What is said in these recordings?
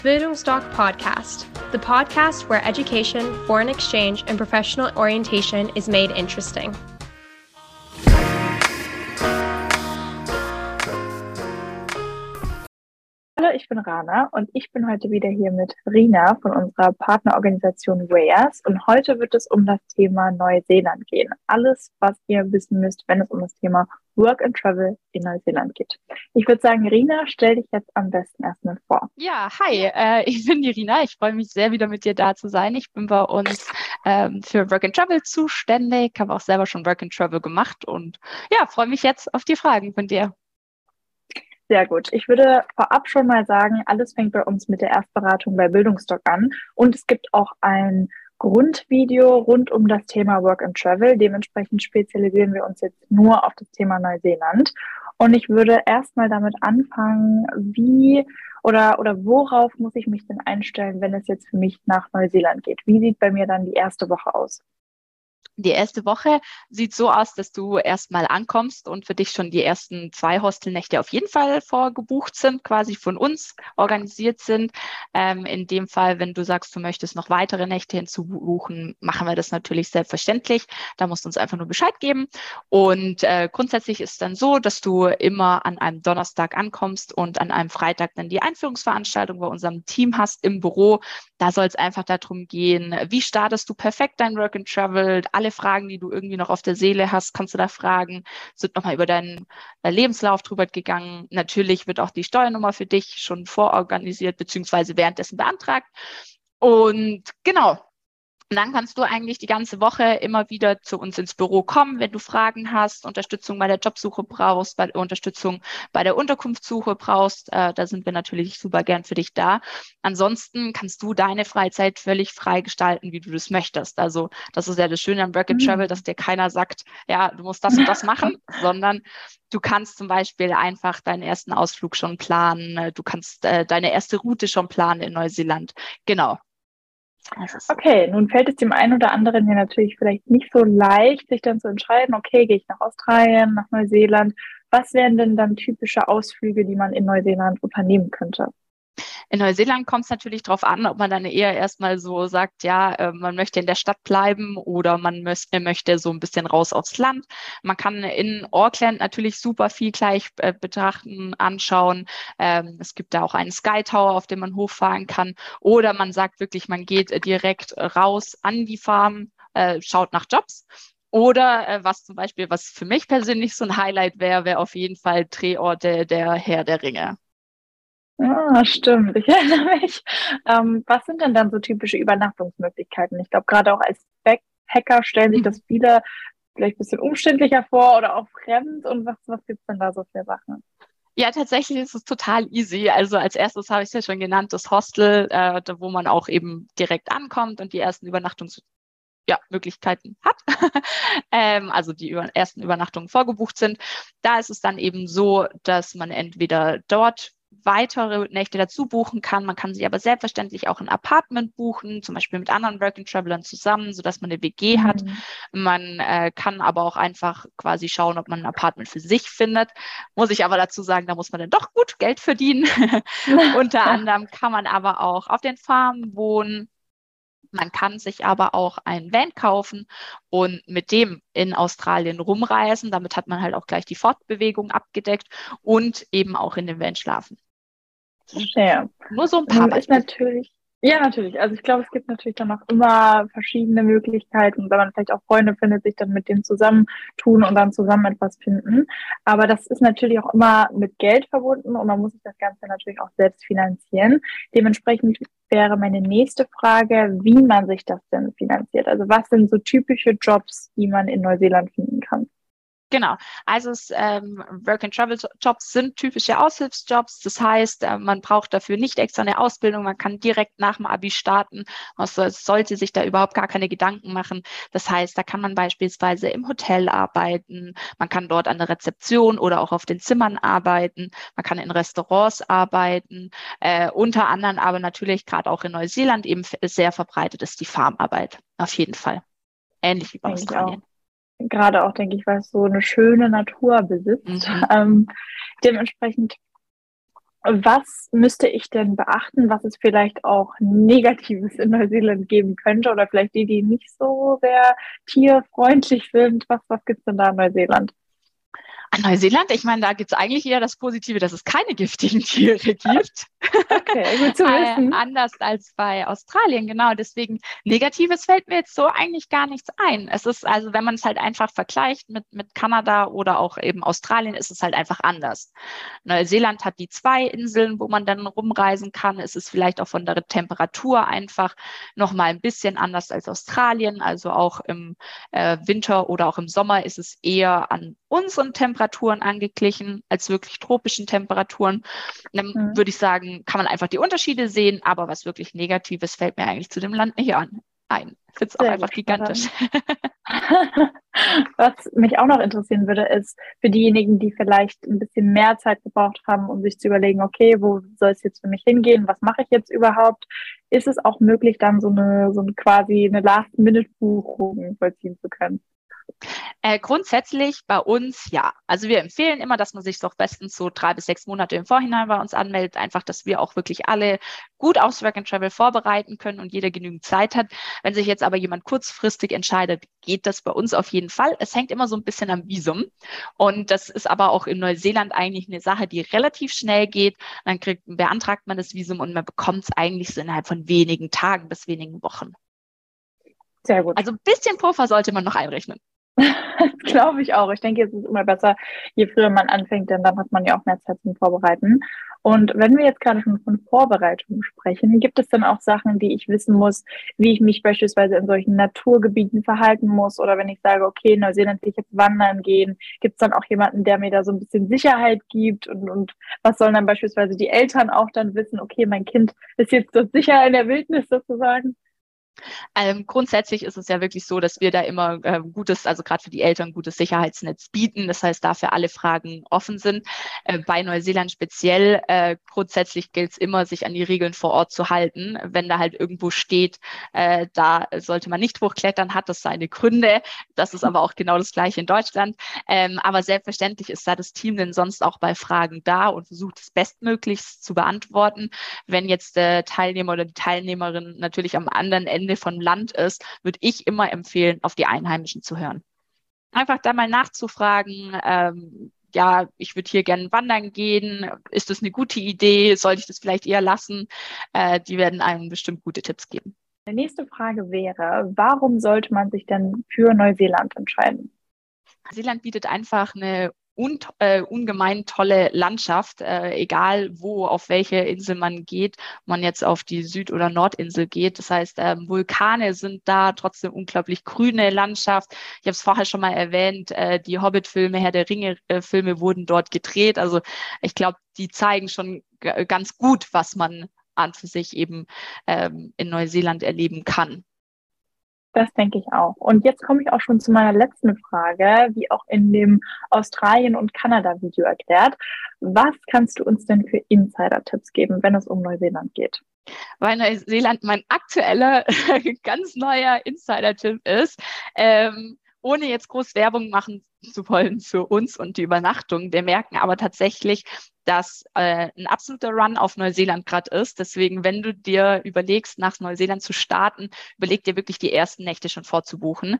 Bildungsdoc Podcast, the podcast where education, foreign exchange, and professional orientation is made interesting. Hallo, ich bin Rana und ich bin heute wieder hier mit Rina von unserer Partnerorganisation WARES und heute wird es um das Thema Neuseeland gehen. Alles, was ihr wissen müsst, wenn es um das Thema Work and Travel in Neuseeland geht. Ich würde sagen, Rina, stell dich jetzt am besten erstmal vor. Ja, hi, ich bin die Rina. Ich freue mich sehr, wieder mit dir da zu sein. Ich bin bei uns für Work and Travel zuständig, habe auch selber schon Work and Travel gemacht und ja, freue mich jetzt auf die Fragen von dir. Sehr gut. Ich würde vorab schon mal sagen, alles fängt bei uns mit der Erstberatung bei Bildungsdoc an und es gibt auch ein Grundvideo rund um das Thema Work and Travel. Dementsprechend spezialisieren wir uns jetzt nur auf das Thema Neuseeland. Und ich würde erstmal damit anfangen, wie oder worauf muss ich mich denn einstellen, wenn es jetzt für mich nach Neuseeland geht? Wie sieht bei mir dann die erste Woche aus? Die erste Woche sieht so aus, dass du erstmal ankommst und für dich schon die ersten 2 Hostelnächte auf jeden Fall vorgebucht sind, quasi von uns organisiert sind. In dem Fall, wenn du sagst, du möchtest noch weitere Nächte hinzubuchen, machen wir das natürlich selbstverständlich. Da musst du uns einfach nur Bescheid geben. Und grundsätzlich ist es dann so, dass du immer an einem Donnerstag ankommst und an einem Freitag dann die Einführungsveranstaltung bei unserem Team hast im Büro. Da soll es einfach darum gehen, wie startest du perfekt dein Work and Travel? Alle Fragen, die du irgendwie noch auf der Seele hast, kannst du da fragen. Es wird nochmal über deinen Lebenslauf drüber gegangen. Natürlich wird auch die Steuernummer für dich schon vororganisiert beziehungsweise währenddessen beantragt. Und genau. Und dann kannst du eigentlich die ganze Woche immer wieder zu uns ins Büro kommen, wenn du Fragen hast, Unterstützung bei der Jobsuche brauchst, Unterstützung bei der Unterkunftssuche brauchst. Da sind wir natürlich super gern für dich da. Ansonsten kannst du deine Freizeit völlig frei gestalten, wie du das möchtest. Also das ist ja das Schöne am Work and Travel, dass dir keiner sagt, ja, du musst das und das machen, sondern du kannst zum Beispiel einfach deinen ersten Ausflug schon planen. Du kannst deine erste Route schon planen in Neuseeland. Genau. Okay, nun fällt es dem einen oder anderen ja natürlich vielleicht nicht so leicht, sich dann zu entscheiden, okay, gehe ich nach Australien, nach Neuseeland. Was wären denn dann typische Ausflüge, die man in Neuseeland unternehmen könnte? In Neuseeland kommt es natürlich darauf an, ob man dann eher erstmal so sagt, ja, man möchte in der Stadt bleiben oder man möchte so ein bisschen raus aufs Land. Man kann in Auckland natürlich super viel gleich betrachten, anschauen. Es gibt da auch einen Sky Tower, auf dem man hochfahren kann. Oder man sagt wirklich, man geht direkt raus an die Farm, schaut nach Jobs. Oder was zum Beispiel, was für mich persönlich so ein Highlight wäre auf jeden Fall Drehorte der Herr der Ringe. Ah, stimmt, ich erinnere mich. Was sind denn dann so typische Übernachtungsmöglichkeiten? Ich glaube, gerade auch als Backpacker stellen sich das viele vielleicht ein bisschen umständlicher vor oder auch fremd. Und was gibt's denn da so für Sachen? Ja, tatsächlich ist es total easy. Also als erstes habe ich es ja schon genannt, das Hostel, wo man auch eben direkt ankommt und die ersten Möglichkeiten hat. Also die ersten Übernachtungen vorgebucht sind. Da ist es dann eben so, dass man entweder dort weitere Nächte dazu buchen kann. Man kann sich aber selbstverständlich auch ein Apartment buchen, zum Beispiel mit anderen Working-Travelern zusammen, sodass man eine WG hat. Man kann aber auch einfach quasi schauen, ob man ein Apartment für sich findet. Muss ich aber dazu sagen, da muss man dann doch gut Geld verdienen. Unter anderem kann man aber auch auf den Farmen wohnen. Man kann sich aber auch ein Van kaufen und mit dem in Australien rumreisen. Damit hat man halt auch gleich die Fortbewegung abgedeckt und eben auch in dem Van schlafen. Ja. Nur so ein paar Beispiele. Ja, natürlich. Also ich glaube, es gibt natürlich dann auch immer verschiedene Möglichkeiten. Wenn man vielleicht auch Freunde findet, sich dann mit denen zusammentun und dann zusammen etwas finden. Aber das ist natürlich auch immer mit Geld verbunden und man muss sich das Ganze natürlich auch selbst finanzieren. Dementsprechend wäre meine nächste Frage, wie man sich das denn finanziert. Also was sind so typische Jobs, die man in Neuseeland finden kann? Genau, also Work-and-Travel-Jobs sind typische Aushilfsjobs. Das heißt, man braucht dafür nicht extra eine Ausbildung. Man kann direkt nach dem Abi starten. Also es sollte sich da überhaupt gar keine Gedanken machen. Das heißt, da kann man beispielsweise im Hotel arbeiten. Man kann dort an der Rezeption oder auch auf den Zimmern arbeiten. Man kann in Restaurants arbeiten. Unter anderem aber natürlich gerade auch in Neuseeland eben sehr verbreitet ist die Farmarbeit. Auf jeden Fall. Ähnlich wie bei Australien. Gerade auch, denke ich, weil es so eine schöne Natur besitzt. Dementsprechend Was müsste ich denn beachten, was es vielleicht auch Negatives in Neuseeland geben könnte oder vielleicht die nicht so sehr tierfreundlich sind? Was gibt's denn da in Neuseeland? An Neuseeland, ich meine, da gibt es eigentlich eher das Positive, dass es keine giftigen Tiere gibt. Okay, gut zu wissen. Anders als bei Australien, genau. Deswegen Negatives fällt mir jetzt so eigentlich gar nichts ein. Es ist also, wenn man es halt einfach vergleicht mit Kanada oder auch eben Australien, ist es halt einfach anders. Neuseeland hat die 2 Inseln, wo man dann rumreisen kann. Es ist vielleicht auch von der Temperatur einfach nochmal ein bisschen anders als Australien. Also auch im Winter oder auch im Sommer ist es eher an unseren Temperaturen angeglichen als wirklich tropischen Temperaturen. Und dann würde ich sagen, kann man einfach die Unterschiede sehen, aber was wirklich Negatives fällt mir eigentlich zu dem Land nicht ein. Ich finde es auch einfach gigantisch. Was mich auch noch interessieren würde, ist für diejenigen, die vielleicht ein bisschen mehr Zeit gebraucht haben, um sich zu überlegen, okay, wo soll es jetzt für mich hingehen? Was mache ich jetzt überhaupt? Ist es auch möglich, dann so eine quasi eine Last-Minute-Buchung vollziehen zu können? Grundsätzlich bei uns ja. Also wir empfehlen immer, dass man sich doch bestens so 3 bis 6 Monate im Vorhinein bei uns anmeldet, einfach, dass wir auch wirklich alle gut aufs Work and Travel vorbereiten können und jeder genügend Zeit hat. Wenn sich jetzt aber jemand kurzfristig entscheidet, geht das bei uns auf jeden Fall. Es hängt immer so ein bisschen am Visum und das ist aber auch in Neuseeland eigentlich eine Sache, die relativ schnell geht. Dann beantragt man das Visum und man bekommt es eigentlich so innerhalb von wenigen Tagen bis wenigen Wochen. Sehr gut. Also ein bisschen Puffer sollte man noch einrechnen. Glaube ich auch. Ich denke, es ist immer besser, je früher man anfängt, denn dann hat man ja auch mehr Zeit zum Vorbereiten. Und wenn wir jetzt gerade schon von Vorbereitung sprechen, gibt es dann auch Sachen, die ich wissen muss, wie ich mich beispielsweise in solchen Naturgebieten verhalten muss? Oder wenn ich sage, okay, in Neuseeland will ich jetzt wandern gehen, gibt es dann auch jemanden, der mir da so ein bisschen Sicherheit gibt? Und was sollen dann beispielsweise die Eltern auch dann wissen, okay, mein Kind ist jetzt dort sicher in der Wildnis sozusagen? Grundsätzlich ist es ja wirklich so, dass wir da immer also gerade für die Eltern, gutes Sicherheitsnetz bieten. Das heißt, dafür alle Fragen offen sind. Bei Neuseeland speziell, grundsätzlich gilt es immer, sich an die Regeln vor Ort zu halten. Wenn da halt irgendwo steht, da sollte man nicht hochklettern, hat das seine Gründe. Das ist aber auch genau das Gleiche in Deutschland. Aber selbstverständlich ist da das Team denn sonst auch bei Fragen da und versucht es bestmöglichst zu beantworten. Wenn jetzt der Teilnehmer oder die Teilnehmerin natürlich am anderen Ende von Land ist, würde ich immer empfehlen, auf die Einheimischen zu hören. Einfach da mal nachzufragen, ja, ich würde hier gerne wandern gehen. Ist das eine gute Idee? Sollte ich das vielleicht eher lassen? Die werden einem bestimmt gute Tipps geben. Die nächste Frage wäre, warum sollte man sich denn für Neuseeland entscheiden? Neuseeland bietet einfach eine ungemein tolle Landschaft, egal wo, auf welche Insel man geht, ob man jetzt auf die Süd- oder Nordinsel geht. Das heißt, Vulkane sind da, trotzdem unglaublich grüne Landschaft. Ich habe es vorher schon mal erwähnt, die Hobbit-Filme, Herr der Ringe-Filme wurden dort gedreht. Also ich glaube, die zeigen schon ganz gut, was man an für sich eben in Neuseeland erleben kann. Das denke ich auch. Und jetzt komme ich auch schon zu meiner letzten Frage, wie auch in dem Australien- und Kanada-Video erklärt. Was kannst du uns denn für Insider-Tipps geben, wenn es um Neuseeland geht? Weil Neuseeland mein aktueller, ganz neuer Insider-Tipp ist, ohne jetzt groß Werbung machen zu wollen für uns und die Übernachtung. Wir merken aber tatsächlich, dass ein absoluter Run auf Neuseeland gerade ist. Deswegen, wenn du dir überlegst, nach Neuseeland zu starten, überleg dir wirklich die ersten Nächte schon vorzubuchen,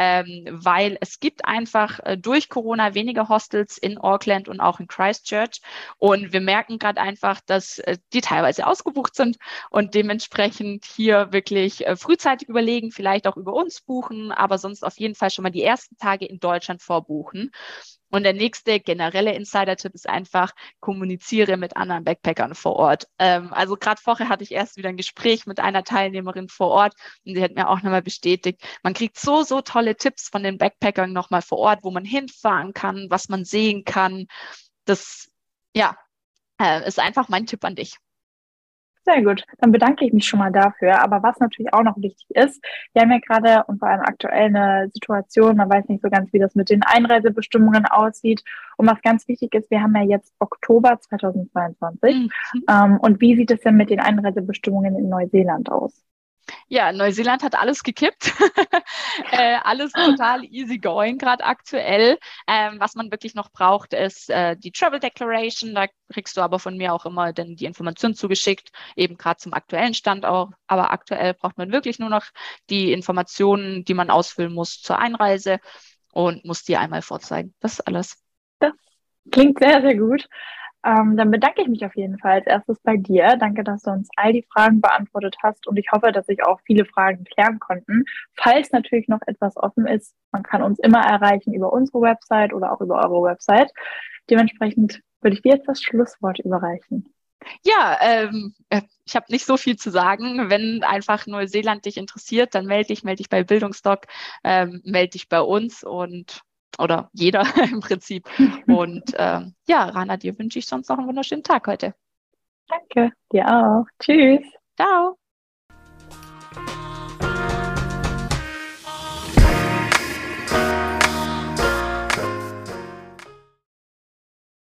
weil es gibt einfach durch Corona weniger Hostels in Auckland und auch in Christchurch. Und wir merken gerade einfach, dass die teilweise ausgebucht sind und dementsprechend hier wirklich frühzeitig überlegen, vielleicht auch über uns buchen, aber sonst auf jeden Fall schon mal die ersten Tage in Deutschland vorbuchen. Und der nächste generelle Insider-Tipp ist einfach, kommuniziere mit anderen Backpackern vor Ort. Also gerade vorher hatte ich erst wieder ein Gespräch mit einer Teilnehmerin vor Ort und sie hat mir auch nochmal bestätigt, man kriegt so tolle Tipps von den Backpackern nochmal vor Ort, wo man hinfahren kann, was man sehen kann. Das, ja, ist einfach mein Tipp an dich. Sehr gut, dann bedanke ich mich schon mal dafür. Aber was natürlich auch noch wichtig ist, wir haben ja gerade und vor allem aktuell eine Situation, man weiß nicht so ganz, wie das mit den Einreisebestimmungen aussieht. Und was ganz wichtig ist, wir haben ja jetzt Oktober 2022. Und wie sieht es denn mit den Einreisebestimmungen in Neuseeland aus? Ja, Neuseeland hat alles gekippt. Alles total easy going gerade aktuell. Was man wirklich noch braucht, ist die Travel Declaration. Da kriegst du aber von mir auch immer dann die Informationen zugeschickt, eben gerade zum aktuellen Stand auch. Aber aktuell braucht man wirklich nur noch die Informationen, die man ausfüllen muss zur Einreise und muss die einmal vorzeigen. Das ist alles. Das klingt sehr, sehr gut. Dann bedanke ich mich auf jeden Fall als erstes bei dir. Danke, dass du uns all die Fragen beantwortet hast und ich hoffe, dass sich auch viele Fragen klären konnten. Falls natürlich noch etwas offen ist, man kann uns immer erreichen über unsere Website oder auch über eure Website. Dementsprechend würde ich dir jetzt das Schlusswort überreichen. Ja, ich habe nicht so viel zu sagen. Wenn einfach Neuseeland dich interessiert, dann melde dich bei Bildungsdoc, melde dich bei uns oder jeder im Prinzip. Und ja, Rana, dir wünsche ich sonst noch einen wunderschönen Tag heute. Danke, dir auch. Tschüss. Ciao.